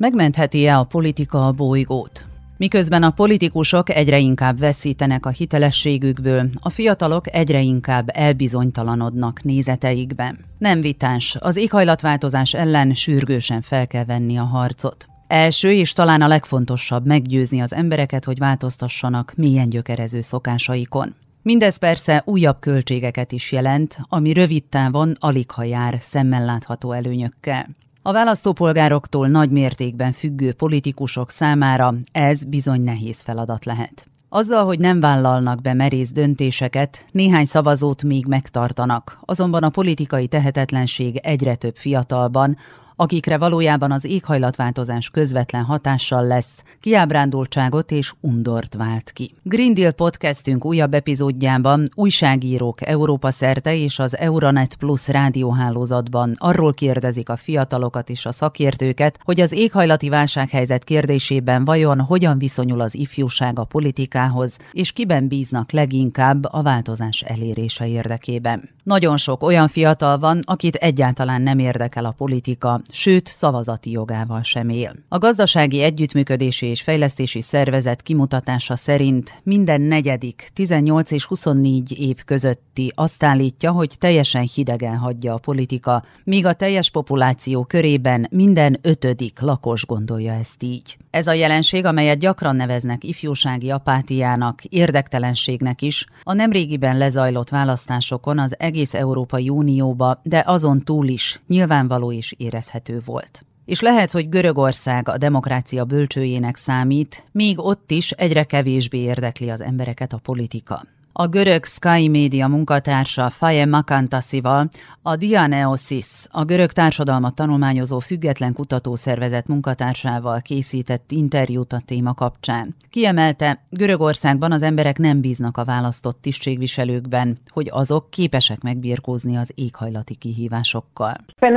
Megmentheti-e a politika a bolygót? Miközben a politikusok egyre inkább veszítenek a hitelességükből, a fiatalok egyre inkább elbizonytalanodnak nézeteikben. Nem vitás, az éghajlatváltozás ellen sürgősen fel kell venni a harcot. Első és talán a legfontosabb meggyőzni az embereket, hogy változtassanak mélyen gyökerező szokásaikon. Mindez persze újabb költségeket is jelent, ami rövid távon aligha jár szemmel látható előnyökkel. A választópolgároktól nagy mértékben függő politikusok számára ez bizony nehéz feladat lehet. Azzal, hogy nem vállalnak be merész döntéseket, néhány szavazót még megtartanak, azonban a politikai tehetetlenség egyre több fiatalban, akikre valójában az éghajlatváltozás közvetlen hatással lesz, kiábrándultságot és undort vált ki. Green Deal podcastünk újabb epizódjában újságírók Európa szerte és az Euranet Plus rádióhálózatban arról kérdezik a fiatalokat és a szakértőket, hogy az éghajlati válsághelyzet kérdésében vajon hogyan viszonyul az ifjúság a politikához, és kiben bíznak leginkább a változás elérése érdekében. Nagyon sok olyan fiatal van, akit egyáltalán nem érdekel a politika, sőt, szavazati jogával sem él. A Gazdasági Együttműködési és Fejlesztési Szervezet kimutatása szerint minden negyedik 18 és 24 év közötti azt állítja, hogy teljesen hidegen hagyja a politika, míg a teljes populáció körében minden 5. lakos gondolja ezt így. Ez a jelenség, amelyet gyakran neveznek ifjúsági apátiának, érdektelenségnek is, a nemrégiben lezajlott választásokon az egész Európai Unióba, de azon túl is nyilvánvaló és érezhető volt. És lehet, hogy Görögország a demokrácia bölcsőjének számít, míg ott is egyre kevésbé érdekli az embereket a politika. A görög Sky Media munkatársa Faye Makantasival a Dianeosis, a görög társadalmat tanulmányozó független kutatószervezet munkatársával készített interjút a téma kapcsán. Kiemelte, Görögországban az emberek nem bíznak a választott tisztségviselőkben, hogy azok képesek megbirkózni az éghajlati kihívásokkal.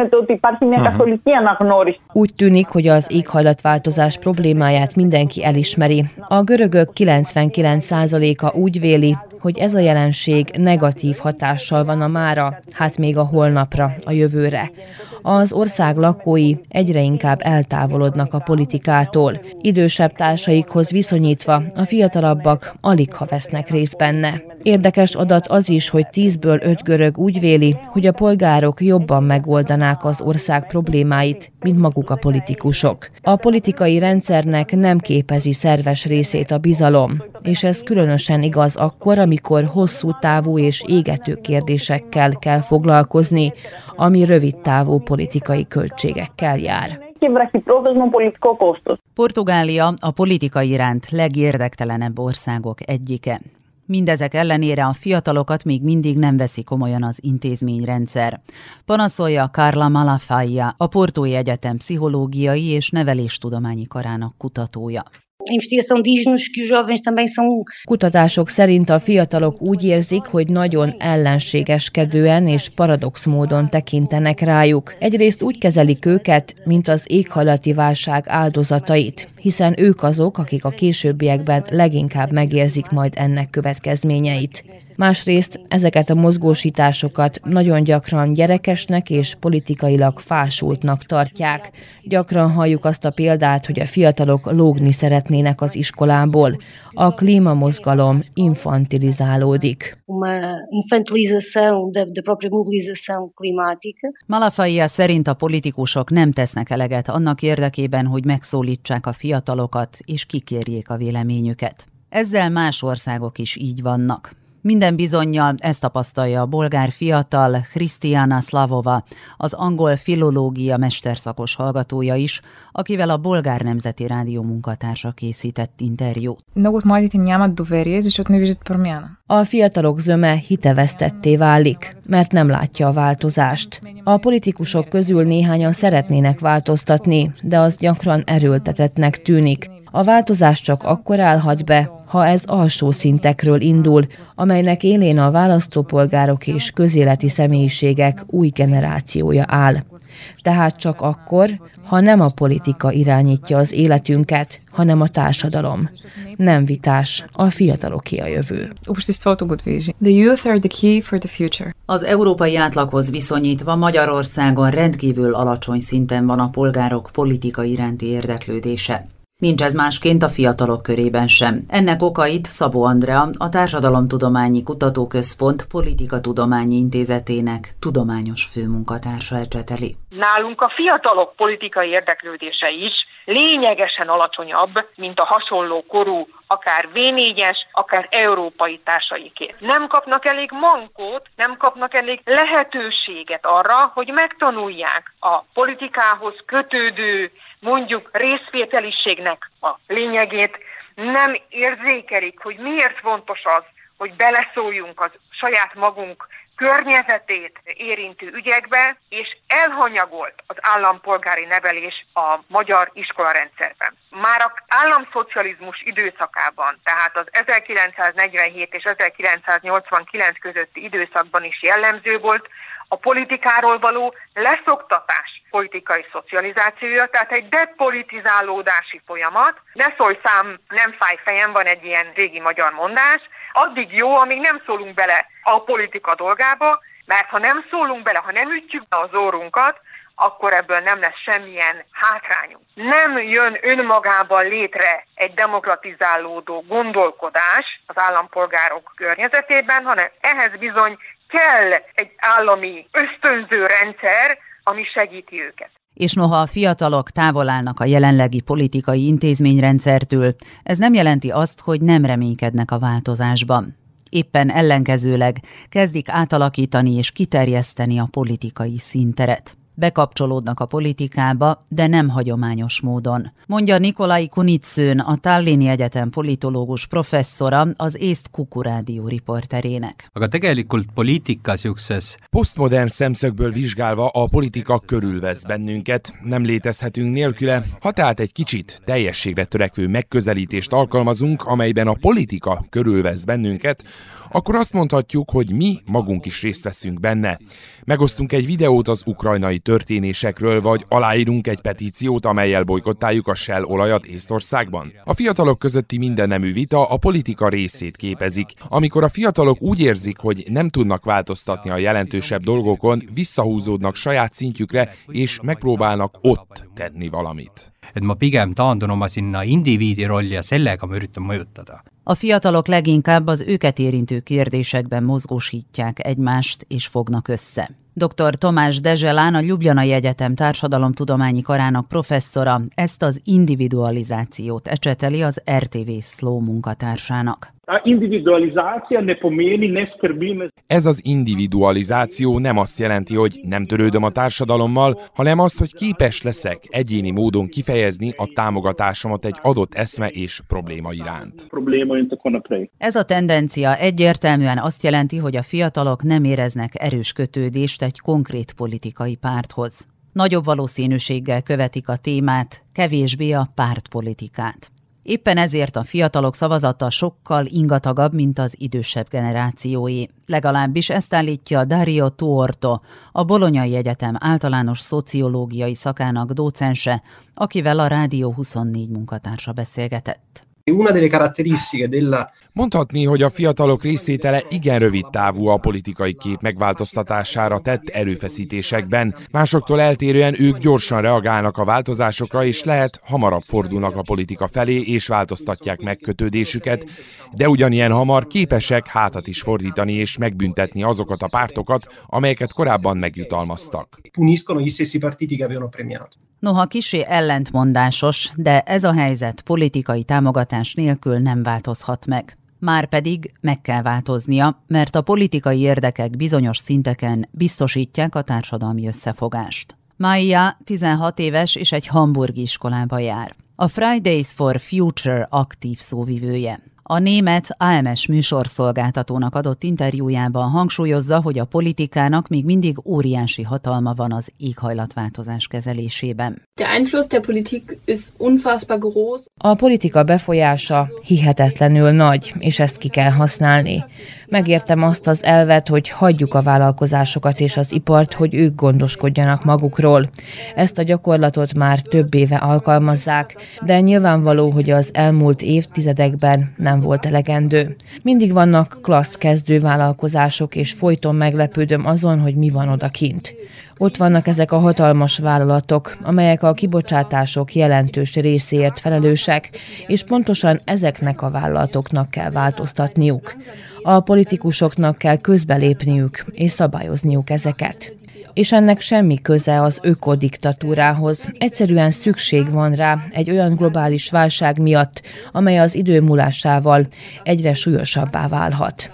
Úgy tűnik, hogy az éghajlatváltozás problémáját mindenki elismeri. A görögök 99%-a úgy véli, hogy ez a jelenség negatív hatással van a mára, hát még a holnapra, a jövőre. Az ország lakói egyre inkább eltávolodnak a politikától. Idősebb társaikhoz viszonyítva a fiatalabbak aligha vesznek részt benne. Érdekes adat az is, hogy 10-ből 5 görög úgy véli, hogy a polgárok jobban megoldanák az ország problémáit, mint maguk a politikusok. A politikai rendszernek nem képezi szerves részét a bizalom, és ez különösen igaz akkor, amikor hosszú távú és égető kérdésekkel kell foglalkozni, ami rövid távú politikai költségekkel jár. Portugália a politika iránt legérdektelenebb országok egyike. Mindezek ellenére a fiatalokat még mindig nem veszi komolyan az intézményrendszer. Panaszolja Carla Malafaia, a Portói Egyetem pszichológiai és neveléstudományi karának kutatója. Kutatások szerint a fiatalok úgy érzik, hogy nagyon ellenségeskedően és paradox módon tekintenek rájuk. Egyrészt úgy kezelik őket, mint az éghajlati válság áldozatait, hiszen ők azok, akik a későbbiekben leginkább megérzik majd ennek következményeit. Másrészt ezeket a mozgósításokat nagyon gyakran gyerekesnek és politikailag fásultnak tartják. Gyakran halljuk azt a példát, hogy a fiatalok lógni szeretnének az iskolából. A klímamozgalom infantilizálódik. Malafaia szerint a politikusok nem tesznek eleget annak érdekében, hogy megszólítsák a fiatalokat és kikérjék a véleményüket. Ezzel más országok is így vannak. Minden bizonnyal ezt tapasztalja a bolgár fiatal Krisztiana Szlavova, az angol filológia mesterszakos hallgatója is, akivel a Bolgár Nemzeti Rádió munkatársa készített interjút. A fiatalok zöme hitevesztetté válik, mert nem látja a változást. A politikusok közül néhányan szeretnének változtatni, de az gyakran erőltetettnek tűnik. A változás csak akkor állhat be, ha ez alsó szintekről indul, amelynek élén a választópolgárok és közéleti személyiségek új generációja áll. Tehát csak akkor, ha nem a politika irányítja az életünket, hanem a társadalom. Nem vitás, a fiataloké a jövő. The youth are the key for the future. Az európai átlaghoz viszonyítva Magyarországon rendkívül alacsony szinten van a polgárok politika iránti érdeklődése. Nincs ez másként a fiatalok körében sem. Ennek okait Szabó Andrea, a Társadalomtudományi Kutatóközpont Politikatudományi Intézetének tudományos főmunkatársa ecseteli. Nálunk a fiatalok politikai érdeklődése is lényegesen alacsonyabb, mint a hasonló korú, akár V4-es, akár európai társaiké. Nem kapnak elég mankót, nem kapnak elég lehetőséget arra, hogy megtanulják a politikához kötődő, mondjuk részvételiségnek a lényegét, nem érzékelik, hogy miért fontos az, hogy beleszóljunk az saját magunk környezetét érintő ügyekbe, és elhanyagolt az állampolgári nevelés a magyar iskolarendszerben. Már az államszocializmus időszakában, tehát az 1947 és 1989 közötti időszakban is jellemző volt a politikáról való leszoktatás politikai szocializációja, tehát egy depolitizálódási folyamat. Ne szólj szám, nem fáj fejem, van egy ilyen régi magyar mondás, addig jó, amíg nem szólunk bele a politika dolgába, mert ha nem szólunk bele, ha nem ütjük be az órunkat, akkor ebből nem lesz semmilyen hátrányunk. Nem jön önmagában létre egy demokratizálódó gondolkodás az állampolgárok környezetében, hanem ehhez bizony kell egy állami ösztönző rendszer, ami segíti őket. És noha a fiatalok távol állnak a jelenlegi politikai intézményrendszertől, ez nem jelenti azt, hogy nem reménykednek a változásban. Éppen ellenkezőleg kezdik átalakítani és kiterjeszteni a politikai színteret. Bekapcsolódnak a politikába, de nem hagyományos módon. Mondja Nikolai Kunitszőn, a Tallinni Egyetem politológus professzora, az észt Kuku rádió riporterének. Aga tegelikult poliitika siukses posztmodern szemszögből vizsgálva a politika körülvesz bennünket, nem létezhetünk nélküle, ha tehát egy kicsit teljességre törekvő megközelítést alkalmazunk, amelyben a politika körülvesz bennünket, akkor azt mondhatjuk, hogy mi magunk is részt veszünk benne. Megosztunk egy videót az ukrajnai történésekről, vagy aláírunk egy petíciót, amellyel bojkottáljuk a Shell olajat Észtországban. A fiatalok közötti mindennemű vita a politika részét képezik. Amikor a fiatalok úgy érzik, hogy nem tudnak változtatni a jelentősebb dolgokon, visszahúzódnak saját szintjükre, és megpróbálnak ott tenni valamit. Et ma pigem taandun oma sinna indiviidi rolli ja sellega ma üritan mõjutada. A fiatalok leginkább az őket érintő kérdésekben mozgósítják egymást és fognak össze. Dr. Tomás Dezselán, a Ljubljanai Egyetem Társadalomtudományi Karának professzora ezt az individualizációt ecseteli az RTV Slow munkatársának. Ez az individualizáció nem azt jelenti, hogy nem törődöm a társadalommal, hanem azt, hogy képes leszek egyéni módon kifejezni a támogatásomat egy adott eszme és probléma iránt. Ez a tendencia egyértelműen azt jelenti, hogy a fiatalok nem éreznek erős kötődést egy konkrét politikai párthoz. Nagyobb valószínűséggel követik a témát, kevésbé a pártpolitikát. Éppen ezért a fiatalok szavazata sokkal ingatagabb, mint az idősebb generációé. Legalábbis ezt állítja Dario Tuorto, a Bolonyai Egyetem általános szociológiai szakának docense, akivel a Rádió 24 munkatársa beszélgetett. Mondhatni, hogy a fiatalok részvétele igen rövid távú a politikai kép megváltoztatására tett erőfeszítésekben. Másoktól eltérően ők gyorsan reagálnak a változásokra, és lehet hamarabb fordulnak a politika felé, és változtatják meg kötődésüket, de ugyanilyen hamar képesek hátat is fordítani és megbüntetni azokat a pártokat, amelyeket korábban megjutalmaztak. Noha kissé ellentmondásos, de ez a helyzet politikai támogatás nélkül nem változhat meg. Márpedig meg kell változnia, mert a politikai érdekek bizonyos szinteken biztosítják a társadalmi összefogást. Maia 16 éves és egy hamburgi iskolába jár. A Fridays for Future aktív szóvivője. A német AMS műsorszolgáltatónak adott interjújában hangsúlyozza, hogy a politikának még mindig óriási hatalma van az éghajlatváltozás kezelésében. A politika befolyása hihetetlenül nagy, és ezt ki kell használni. Megértem azt az elvet, hogy hagyjuk a vállalkozásokat és az ipart, hogy ők gondoskodjanak magukról. Ezt a gyakorlatot már több éve alkalmazzák, de nyilvánvaló, hogy az elmúlt évtizedekben nem volt elegendő. Mindig vannak klassz kezdővállalkozások, és folyton meglepődöm azon, hogy mi van odakint. Ott vannak ezek a hatalmas vállalatok, amelyek a kibocsátások jelentős részéért felelősek, és pontosan ezeknek a vállalatoknak kell változtatniuk. A politikusoknak kell közbelépniük és szabályozniuk ezeket. És ennek semmi köze az ökodiktatúrához. Egyszerűen szükség van rá egy olyan globális válság miatt, amely az idő múlásával egyre súlyosabbá válhat.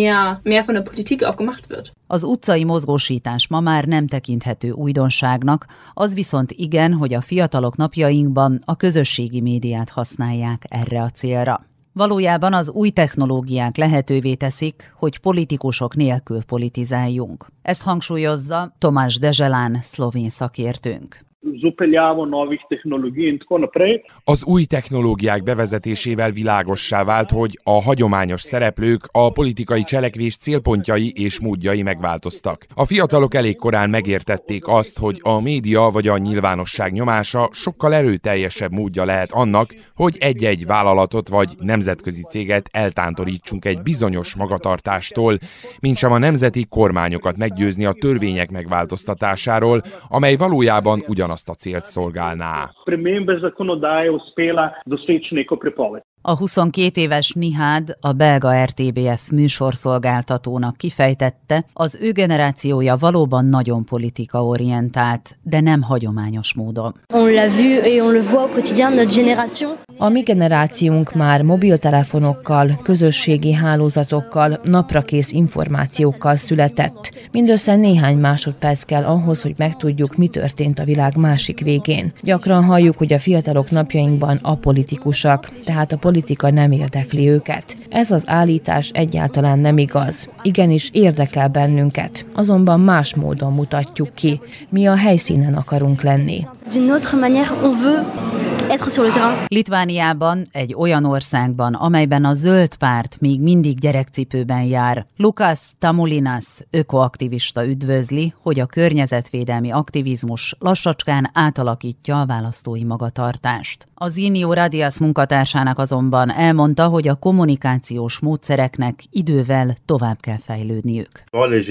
Az utcai mozgósítás ma már nem tekinthető újdonságnak, az viszont igen, hogy a fiatalok napjainkban a közösségi médiát használják erre a célra. Valójában az új technológiák lehetővé teszik, hogy politikusok nélkül politizáljunk. Ezt hangsúlyozza Tomás Deželán, szlovén szakértőnk. Az új technológiák bevezetésével világossá vált, hogy a hagyományos szereplők, a politikai cselekvés célpontjai és módjai megváltoztak. A fiatalok elég korán megértették azt, hogy a média vagy a nyilvánosság nyomása sokkal erőteljesebb módja lehet annak, hogy egy-egy vállalatot vagy nemzetközi céget eltántorítsunk egy bizonyos magatartástól, mintsem a nemzeti kormányokat meggyőzni a törvények megváltoztatásáról, amely valójában ugyanazt a célt szolgálná. A 22 éves Nihád, a belga RTBF műsorszolgáltatónak kifejtette, az ő generációja valóban nagyon politikaorientált, de nem hagyományos módon. A mi generációnk már mobiltelefonokkal, közösségi hálózatokkal, naprakész információkkal született. Mindössze néhány másodperc kell ahhoz, hogy megtudjuk, mi történt a világ másik végén. Gyakran halljuk, hogy a fiatalok napjainkban apolitikusak, tehát a politika nem érdekli őket. Ez az állítás egyáltalán nem igaz. Igenis érdekel bennünket, azonban más módon mutatjuk ki. Mi a helyszínen akarunk lenni. Litvániában, egy olyan országban, amelyben a zöld párt még mindig gyerekcipőben jár, Lukas Tamulinas ökoaktivista üdvözli, hogy a környezetvédelmi aktivizmus lassacskán átalakítja a választói magatartást. Az Inio Radias munkatársának azonban elmondta, hogy a kommunikációs módszereknek idővel tovább kell fejlődniük.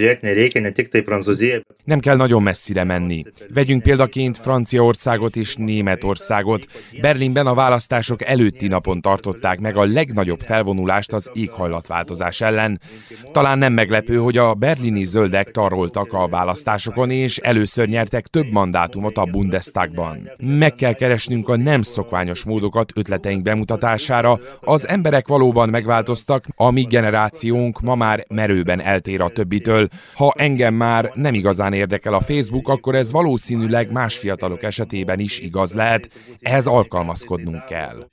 Nem kell nagyon messzire menni. Vegyünk példaként Franciaországot és Németországot. Berlinben a választások előtti napon tartották meg a legnagyobb felvonulást az éghajlatváltozás ellen. Talán nem meglepő, hogy a berlini zöldek taroltak a választásokon, és először nyertek több mandátumot a Bundestagban. Meg kell keresnünk a nem szokványos módokat ötleteink bemutatására. Az emberek valóban megváltoztak, a mi generációnk ma már merőben eltér a többitől. Ha engem már nem igazán érdekel a Facebook, akkor ez valószínűleg más fiatalok esetében is igaz lehet. Ehhez alkalmazkodnunk kell.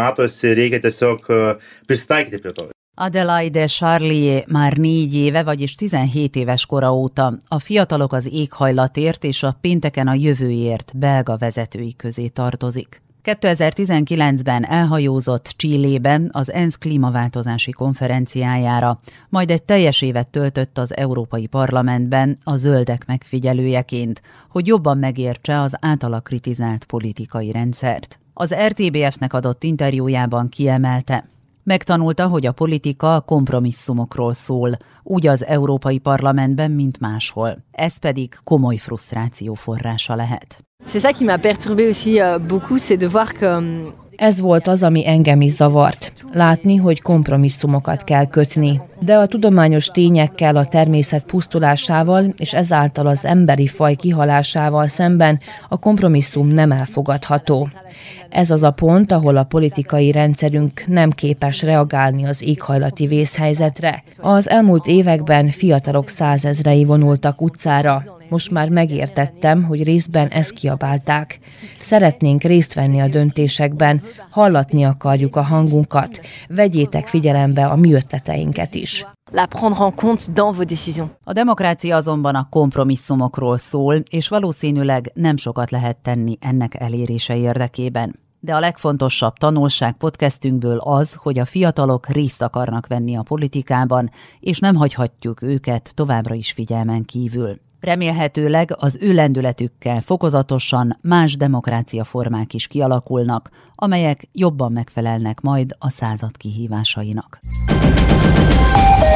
Adelaide Charlier már 4 éve, vagyis 17 éves kora óta a Fiatalok az éghajlatért és a Pénteken a jövőért belga vezetői közé tartozik. 2019-ben elhajózott Chilében az ENSZ klímaváltozási konferenciájára, majd egy teljes évet töltött az Európai Parlamentben a zöldek megfigyelőjeként, hogy jobban megértse az általa kritizált politikai rendszert. Az RTBF-nek adott interjújában kiemelte, megtanulta, hogy a politika kompromisszumokról szól, úgy az Európai Parlamentben, mint máshol. Ez pedig komoly frusztráció forrása lehet. C'est ça qui m'a perturbé aussi beaucoup, c'est de voir que Ez volt az, ami engem is zavart. Látni, hogy kompromisszumokat kell kötni. De a tudományos tényekkel, a természet pusztulásával és ezáltal az emberi faj kihalásával szemben a kompromisszum nem elfogadható. Ez az a pont, ahol a politikai rendszerünk nem képes reagálni az éghajlati vészhelyzetre. Az elmúlt években fiatalok 100 000 vonultak utcára. Most már megértettem, hogy részben ezt kiabálták. Szeretnénk részt venni a döntésekben, hallatni akarjuk a hangunkat. Vegyétek figyelembe a mi ötleteinket is. La prendre en compte dans vos décisions. A demokrácia azonban a kompromisszumokról szól, és valószínűleg nem sokat lehet tenni ennek elérése érdekében. De a legfontosabb tanulság podcastünkből az, hogy a fiatalok részt akarnak venni a politikában, és nem hagyhatjuk őket továbbra is figyelmen kívül. Remélhetőleg az ő lendületükkel fokozatosan más demokráciaformák is kialakulnak, amelyek jobban megfelelnek majd a század kihívásainak.